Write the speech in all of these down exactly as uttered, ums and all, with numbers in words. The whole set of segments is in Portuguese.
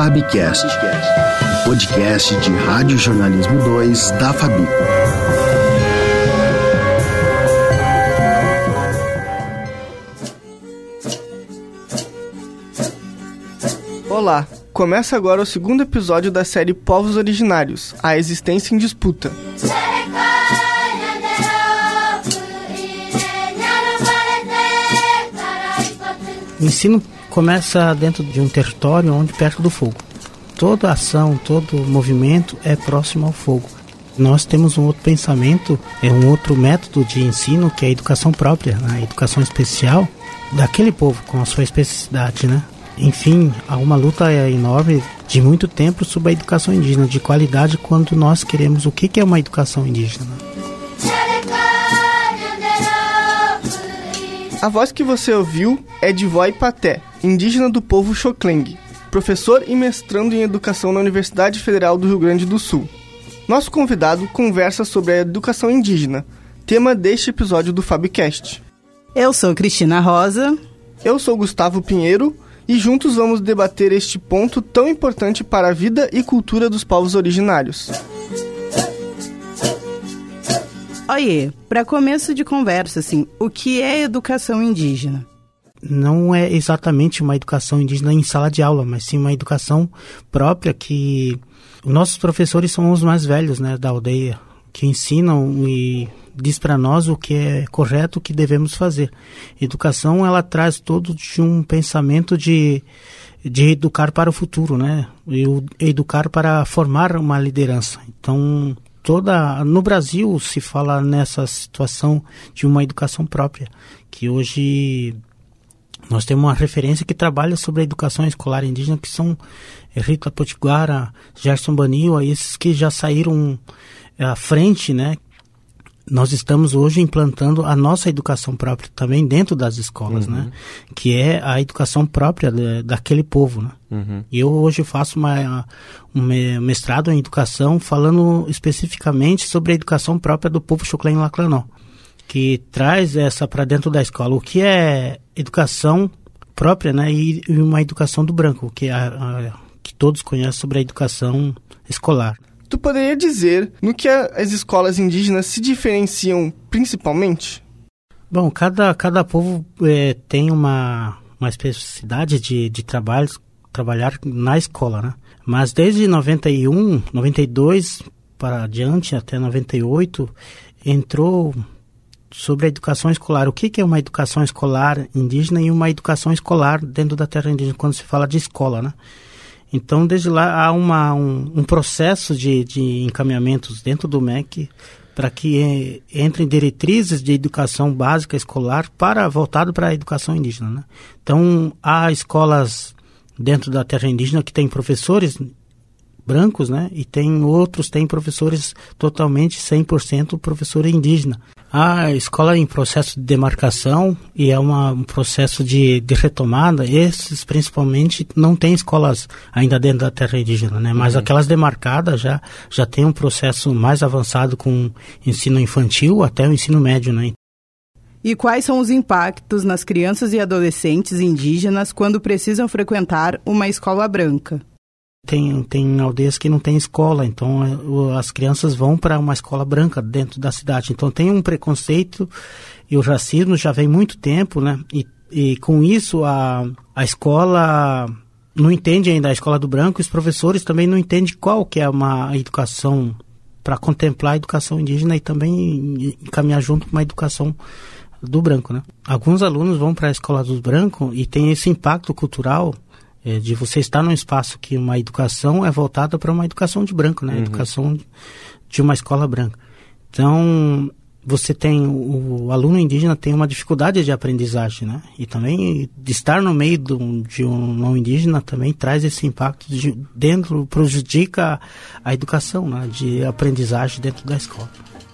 FABcast, podcast de Rádio Jornalismo dois da Fabi. Olá, começa agora o segundo episódio da série Povos Originários, a existência em disputa. O ensino começa dentro de um território onde perto do fogo. Toda ação, todo movimento é próximo ao fogo. Nós temos um outro pensamento, é um outro método de ensino, que é a educação própria, a educação especial daquele povo com a sua especificidade, né? Enfim, há uma luta enorme de muito tempo sobre a educação indígena, de qualidade, quando nós queremos o que é uma educação indígena. A voz que você ouviu é de Voi Paté, indígena do povo Xokleng, professor e mestrando em educação na Universidade Federal do Rio Grande do Sul. Nosso convidado conversa sobre a educação indígena, tema deste episódio do FABcast. Eu sou Cristina Rosa. Eu sou Gustavo Pinheiro e juntos vamos debater este ponto tão importante para a vida e cultura dos povos originários. Oiê, para começo de conversa, assim, o que é educação indígena? Não é exatamente uma educação indígena em sala de aula, mas sim uma educação própria que os nossos professores são os mais velhos, né, da aldeia, que ensinam e diz para nós o que é correto, o que devemos fazer. Educação, ela traz todo de um pensamento de, de educar para o futuro, né, e educar para formar uma liderança. Então, toda, no Brasil se fala nessa situação de uma educação própria, que hoje nós temos uma referência que trabalha sobre a educação escolar indígena, que são Rita Potiguara, Gerson Banil, esses que já saíram à frente, né? Nós estamos hoje implantando a nossa educação própria também dentro das escolas, uhum. né? Que é a educação própria de, daquele povo, né? Uhum. E eu hoje faço uma, um mestrado em educação falando especificamente sobre a educação própria do povo Xokleng Laclanó, que traz essa para dentro da escola. O que é educação própria, né? E, e uma educação do branco, que, é a, a, que todos conhecem sobre a educação escolar. Tu poderia dizer no que as escolas indígenas se diferenciam principalmente? Bom, cada, cada povo é, tem uma, uma especificidade de, de trabalho, trabalhar na escola, né? Mas desde noventa e um, noventa e dois para adiante, até noventa e oito, entrou sobre a educação escolar. O que, que é uma educação escolar indígena e uma educação escolar dentro da terra indígena, quando se fala de escola, né? Então, desde lá, há uma, um, um processo de, de encaminhamentos dentro do M E C para que eh, entrem diretrizes de educação básica escolar para, voltado para a educação indígena, né? Então, há escolas dentro da terra indígena que têm professores brancos, né? E tem outros, tem professores totalmente cem por cento professor indígena. A escola em processo de demarcação e é uma, um processo de, de retomada. Esses, principalmente, não tem escolas ainda dentro da terra indígena, né? Mas uhum. aquelas demarcadas já, já tem um processo mais avançado com ensino infantil até o ensino médio, né? E quais são os impactos nas crianças e adolescentes indígenas quando precisam frequentar uma escola branca? Tem, tem aldeias que não tem escola, então as crianças vão para uma escola branca dentro da cidade. Então tem um preconceito e o racismo já vem muito tempo, né? E, e com isso a, a escola não entende ainda a escola do branco, e os professores também não entendem qual que é uma educação para contemplar a educação indígena e também encaminhar junto com uma educação do branco, né? Alguns alunos vão para a escola do branco e tem esse impacto cultural de você estar num espaço que uma educação é voltada para uma educação de branco, né? Uhum. Educação de uma escola branca. Então, você tem, o, o aluno indígena tem uma dificuldade de aprendizagem, né? E também de estar no meio do, de um não indígena também traz esse impacto de dentro, prejudica a, a educação, né? De aprendizagem dentro da escola.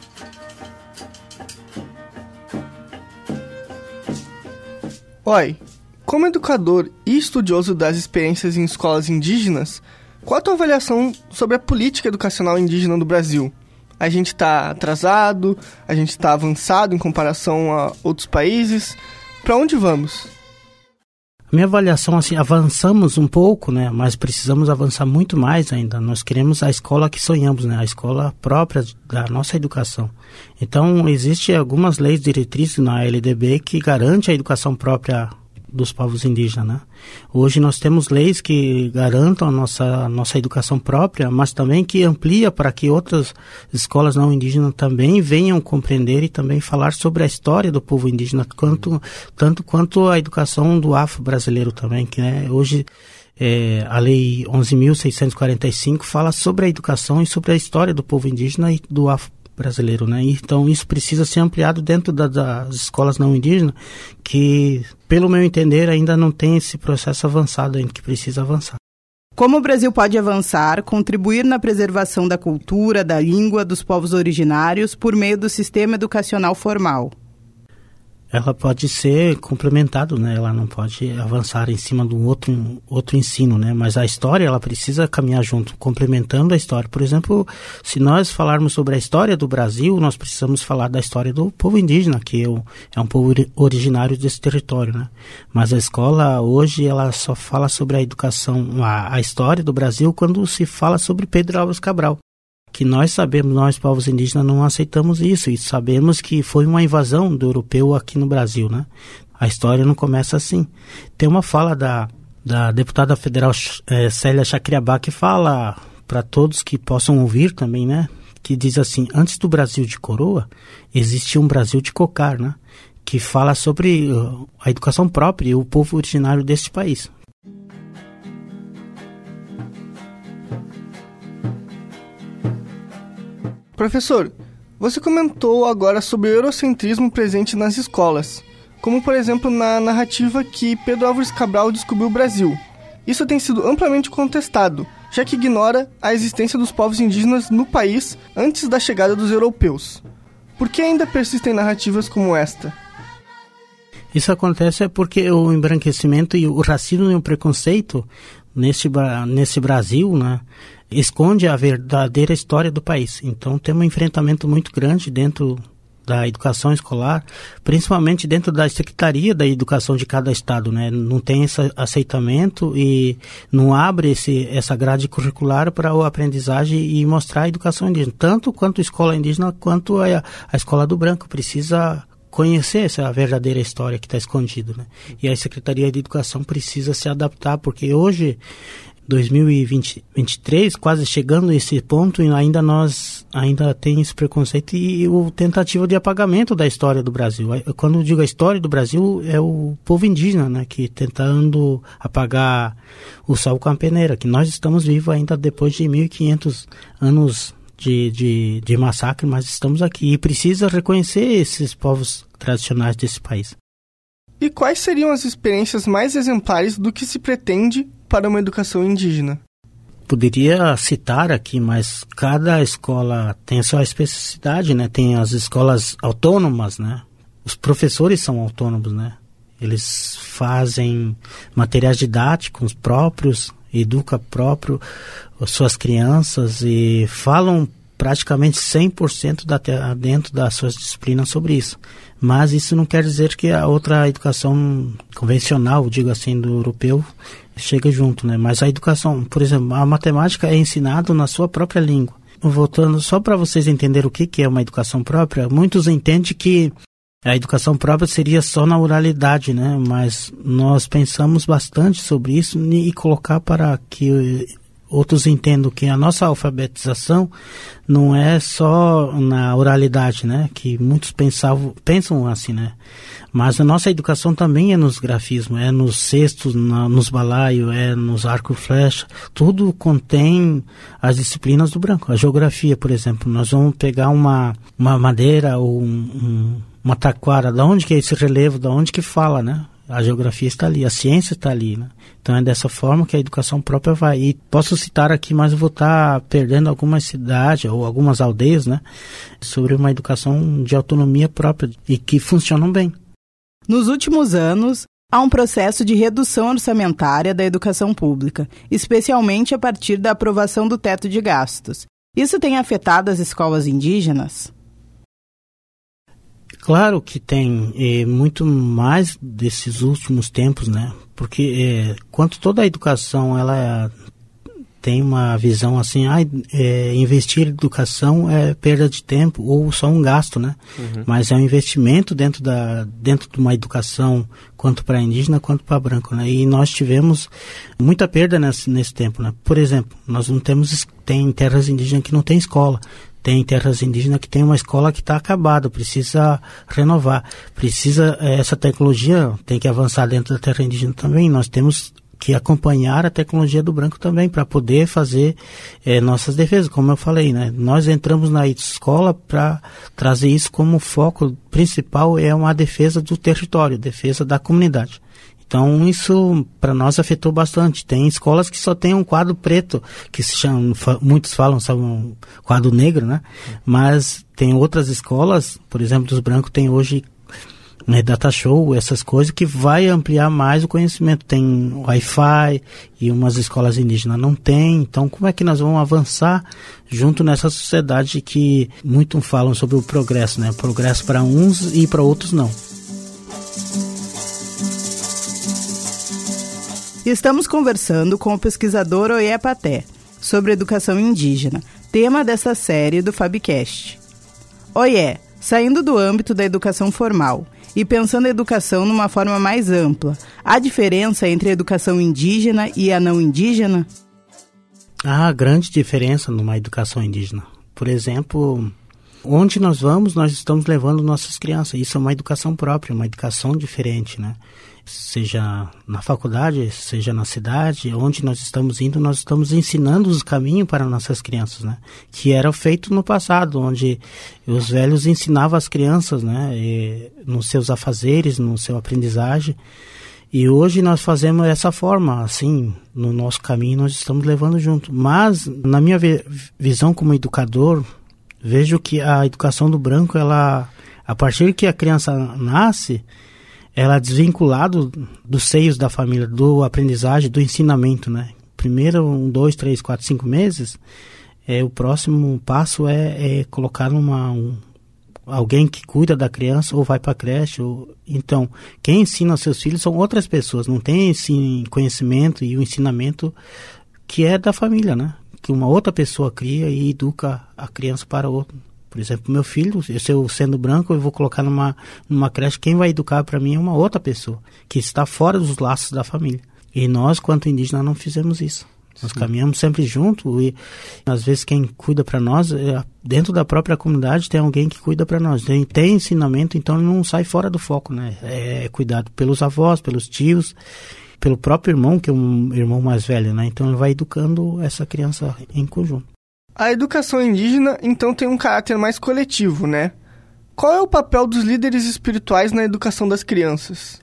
Oi. Como educador e estudioso das experiências em escolas indígenas, qual a tua avaliação sobre a política educacional indígena do Brasil? A gente está atrasado? A gente está avançado em comparação a outros países? Para onde vamos? Minha avaliação, assim, avançamos um pouco, né? Mas precisamos avançar muito mais ainda. Nós queremos a escola que sonhamos, né? A escola própria da nossa educação. Então, existem algumas leis diretrizes na L D B que garantem a educação própria dos povos indígenas, né? Hoje nós temos leis que garantam a nossa, nossa educação própria, mas também que amplia para que outras escolas não indígenas também venham compreender e também falar sobre a história do povo indígena, quanto, tanto quanto a educação do afro-brasileiro também, que né, hoje é, a Lei onze mil seiscentos e quarenta e cinco fala sobre a educação e sobre a história do povo indígena e do afro brasileiro, né? Então isso precisa ser ampliado dentro da, das escolas não indígenas, que, pelo meu entender, ainda não tem esse processo avançado ainda, que precisa avançar. Como o Brasil pode avançar, contribuir na preservação da cultura, da língua dos povos originários por meio do sistema educacional formal? Ela pode ser complementada, né? Ela não pode avançar em cima de um outro, outro ensino, né? Mas a história, ela precisa caminhar junto, complementando a história. Por exemplo, se nós falarmos sobre a história do Brasil, nós precisamos falar da história do povo indígena, que é, o, é um povo originário desse território, né? Mas a escola, hoje, ela só fala sobre a educação, a, a história do Brasil quando se fala sobre Pedro Álvares Cabral. Que nós sabemos, nós povos indígenas não aceitamos isso e sabemos que foi uma invasão do europeu aqui no Brasil, né? A história não começa assim. Tem uma fala da, da deputada federal é, Célia Chacriabá que fala para todos que possam ouvir também, né? Que diz assim, antes do Brasil de coroa, existia um Brasil de cocar, né? Que fala sobre uh, a educação própria e o povo originário deste país. Professor, você comentou agora sobre o eurocentrismo presente nas escolas, como por exemplo na narrativa que Pedro Álvares Cabral descobriu o Brasil. Isso tem sido amplamente contestado, já que ignora a existência dos povos indígenas no país antes da chegada dos europeus. Por que ainda persistem narrativas como esta? Isso acontece porque o embranquecimento e o racismo e o preconceito nesse, nesse Brasil, né, esconde a verdadeira história do país. Então tem um enfrentamento muito grande dentro da educação escolar, principalmente dentro da Secretaria da Educação de cada estado, né? Não tem esse aceitamento e não abre esse, essa grade curricular para a aprendizagem e mostrar a educação indígena, tanto quanto a escola indígena quanto a, a escola do branco. Precisa conhecer essa verdadeira história que está escondida, né? E a Secretaria de Educação precisa se adaptar, porque hoje, dois mil e vinte e três, quase chegando a esse ponto, e ainda nós ainda tem esse preconceito e o tentativa de apagamento da história do Brasil. Quando eu digo a história do Brasil, é o povo indígena, né, que tentando apagar o sal com a peneira, que nós estamos vivos ainda depois de mil e quinhentos anos de, de, de massacre, mas estamos aqui e precisa reconhecer esses povos tradicionais desse país. E quais seriam as experiências mais exemplares do que se pretende para uma educação indígena? Poderia citar aqui, mas cada escola tem a sua especificidade, né? Tem as escolas autônomas, né? Os professores são autônomos, né? Eles fazem materiais didáticos próprios, educam próprio suas crianças e falam praticamente cem por cento da, dentro das suas disciplinas sobre isso. Mas isso não quer dizer que a outra educação convencional, digo assim, do europeu, chega junto, né? Mas a educação, por exemplo, a matemática é ensinada na sua própria língua. Voltando, só para vocês entenderem o que, que é uma educação própria, muitos entendem que a educação própria seria só na oralidade, né? Mas nós pensamos bastante sobre isso e colocar para que outros entendam que a nossa alfabetização não é só na oralidade, né? Que muitos pensavam, pensam assim, né? Mas a nossa educação também é nos grafismos, é nos cestos, na, nos balaios, é nos arcos e flecha. Tudo contém as disciplinas do branco. A geografia, por exemplo, nós vamos pegar uma, uma madeira ou um, um, uma taquara, da onde que é esse relevo, da onde que fala, né? A geografia está ali, a ciência está ali, né? Então é dessa forma que a educação própria vai. E posso citar aqui, mas eu vou estar perdendo algumas cidades ou algumas aldeias, né? Sobre uma educação de autonomia própria e que funcionam bem. Nos últimos anos, há um processo de redução orçamentária da educação pública, especialmente a partir da aprovação do teto de gastos. Isso tem afetado as escolas indígenas? Claro que tem, e muito mais desses últimos tempos, né? Porque é, quanto toda a educação ela tem uma visão assim, ah, é, investir em educação é perda de tempo ou só um gasto, né? Uhum. Mas é um investimento dentro, da, dentro de uma educação, quanto para indígena quanto para branco, né? E nós tivemos muita perda nesse, nesse tempo, né? Por exemplo, nós não temos, tem terras indígenas que não tem escola. Tem terras indígenas que tem uma escola que está acabada, precisa renovar. Precisa, essa tecnologia tem que avançar dentro da terra indígena também. Nós temos que acompanhar a tecnologia do branco também para poder fazer é, nossas defesas, como eu falei, né? Nós entramos na escola para trazer isso como foco principal, é uma defesa do território, defesa da comunidade. Então isso para nós afetou bastante. Tem escolas que só tem um quadro preto, que se chama, muitos falam só um quadro negro, né? Mas tem outras escolas, por exemplo, dos brancos, tem hoje né, data show, essas coisas que vai ampliar mais o conhecimento. Tem Wi-Fi e umas escolas indígenas não tem. Então como é que nós vamos avançar junto nessa sociedade que muito falam sobre o progresso, né? Progresso para uns e para outros não. Estamos conversando com o pesquisador Oyé Paté sobre educação indígena, tema dessa série do Fabcast. Oyé, saindo do âmbito da educação formal e pensando a educação numa forma mais ampla, há diferença entre a educação indígena e a não indígena? Há grande diferença numa educação indígena. Por exemplo, onde nós vamos, nós estamos levando nossas crianças. Isso é uma educação própria, uma educação diferente, né? Seja na faculdade, seja na cidade, onde nós estamos indo, nós estamos ensinando os caminhos para nossas crianças, né? Que era feito no passado, onde os velhos ensinavam as crianças, né? E, nos seus afazeres, no seu aprendizagem. E hoje nós fazemos dessa forma, assim, no nosso caminho nós estamos levando junto. Mas, na minha vi- visão como educador, vejo que a educação do branco, ela, a partir que a criança nasce, ela é desvinculada dos seios da família, do aprendizagem, do ensinamento, né? Primeiro, um, dois, três, quatro, cinco meses, é, o próximo passo é, é colocar numa, um, alguém que cuida da criança ou vai para a creche. Ou, então, quem ensina seus filhos são outras pessoas, não tem esse conhecimento e o ensinamento que é da família, né? Que uma outra pessoa cria e educa a criança para outra. Por exemplo, meu filho, se eu sendo branco, eu vou colocar numa, numa creche, quem vai educar para mim é uma outra pessoa, que está fora dos laços da família. E nós, quanto indígena, não fizemos isso. Nós Sim. caminhamos sempre junto e, às vezes, quem cuida para nós, é, dentro da própria comunidade, tem alguém que cuida para nós. Tem, tem ensinamento, então não sai fora do foco, né? É, é cuidado pelos avós, pelos tios, pelo próprio irmão, que é um irmão mais velho, né? Então ele vai educando essa criança em conjunto. A educação indígena, então, tem um caráter mais coletivo, né? Qual é o papel dos líderes espirituais na educação das crianças?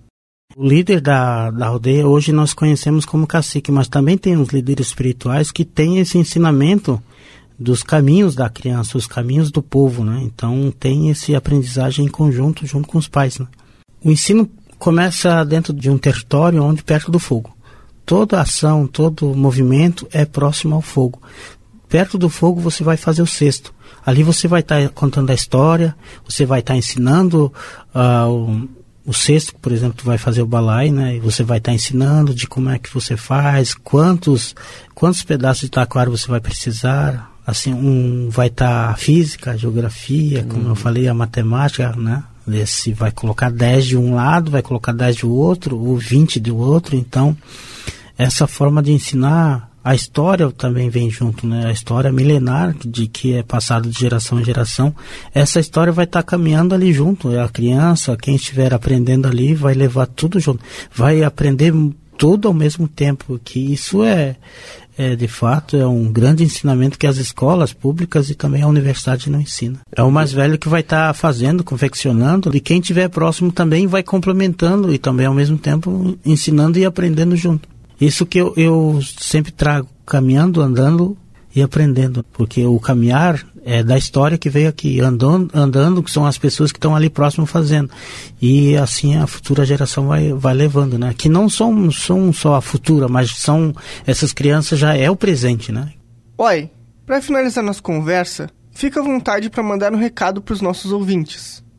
O líder da, da aldeia, hoje nós conhecemos como cacique, mas também tem os líderes espirituais que têm esse ensinamento dos caminhos da criança, os caminhos do povo, né? Então, tem esse aprendizagem em conjunto, junto com os pais, né? O ensino começa dentro de um território onde perto do fogo. Toda ação, todo movimento é próximo ao fogo. Perto do fogo você vai fazer o cesto. Ali você vai estar tá contando a história, você vai estar tá ensinando uh, o, o cesto, por exemplo, tu vai fazer o balai, né? E você vai estar tá ensinando de como é que você faz, quantos, quantos pedaços de taquara você vai precisar. Assim, um vai estar tá a física, a geografia, como uhum. eu falei, a matemática, né? Esse vai colocar dez de um lado, vai colocar dez do outro, ou vinte do outro. Então, essa forma de ensinar, a história também vem junto, né? A história milenar, de que é passada de geração em geração, essa história vai estar tá caminhando ali junto. A criança, quem estiver aprendendo ali, vai levar tudo junto. Vai aprender tudo ao mesmo tempo, que isso é, é de fato, é um grande ensinamento que as escolas públicas e também a universidade não ensinam. É o mais velho que vai estar tá fazendo, confeccionando, e quem estiver próximo também vai complementando e também ao mesmo tempo ensinando e aprendendo junto. Isso que eu, eu sempre trago, caminhando, andando e aprendendo, porque o caminhar é da história que veio aqui, andando, andando que são as pessoas que estão ali próximo fazendo, e assim a futura geração vai, vai levando, né? Que não são, são só a futura, mas são, essas crianças já é o presente, né? Oi, para finalizar nossa conversa, fica à vontade para mandar um recado para os nossos ouvintes.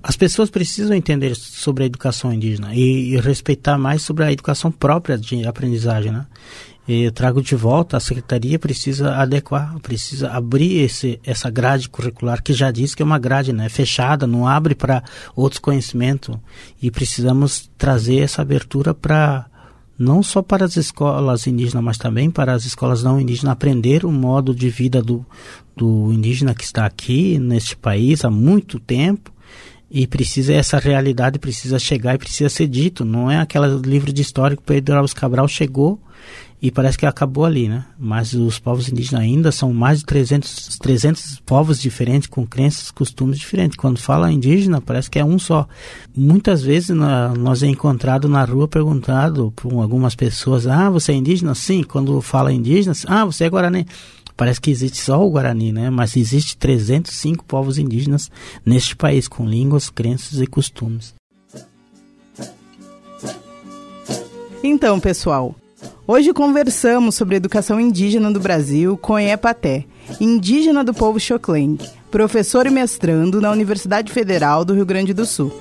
as pessoas precisam entender sobre a educação indígena e, e respeitar mais sobre a educação própria de aprendizagem, né? E eu trago de volta, a secretaria precisa adequar, precisa abrir esse, essa grade curricular, que já diz que é uma grade, né, fechada, não abre para outros conhecimentos, e precisamos trazer essa abertura para, não só para as escolas indígenas, mas também para as escolas não indígenas, aprender o modo de vida do, do indígena que está aqui, neste país, há muito tempo, e precisa, essa realidade precisa chegar e precisa ser dito, não é aquele livro de história que o Pedro Álvares Cabral chegou e parece que acabou ali, né? Mas os povos indígenas ainda são mais de trezentos, trezentos povos diferentes, com crenças, costumes diferentes. Quando fala indígena, parece que é um só. Muitas vezes na, nós é encontrado na rua perguntado por algumas pessoas, ah, você é indígena? Sim. Quando fala indígena, ah, você é guarani. Parece que existe só o Guarani, né? Mas existe trezentos e cinco povos indígenas neste país, com línguas, crenças e costumes. Então, pessoal, hoje conversamos sobre a educação indígena do Brasil com Oiê Paté, indígena do povo Xoclengue, professor e mestrando na Universidade Federal do Rio Grande do Sul.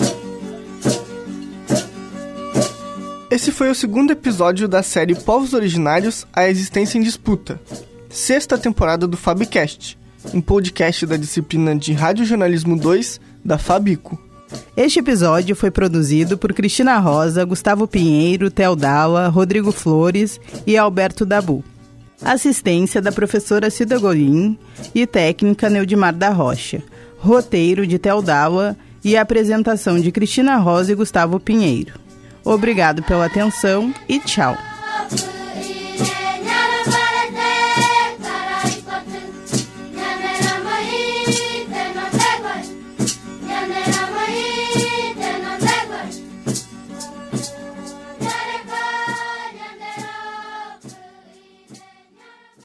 Esse foi o segundo episódio da série Povos Originários, a Existência em Disputa, sexta temporada do FABcast, um podcast da disciplina de Radiojornalismo dois da Fabico. Este episódio foi produzido por Cristina Rosa, Gustavo Pinheiro, Theo Dalla, Rodrigo Flores e Alberto Dabu. Assistência da professora Cida Golim e técnica Neudimar da Rocha. Roteiro de Theo Dalla e apresentação de Cristina Rosa e Gustavo Pinheiro. Obrigado pela atenção e tchau!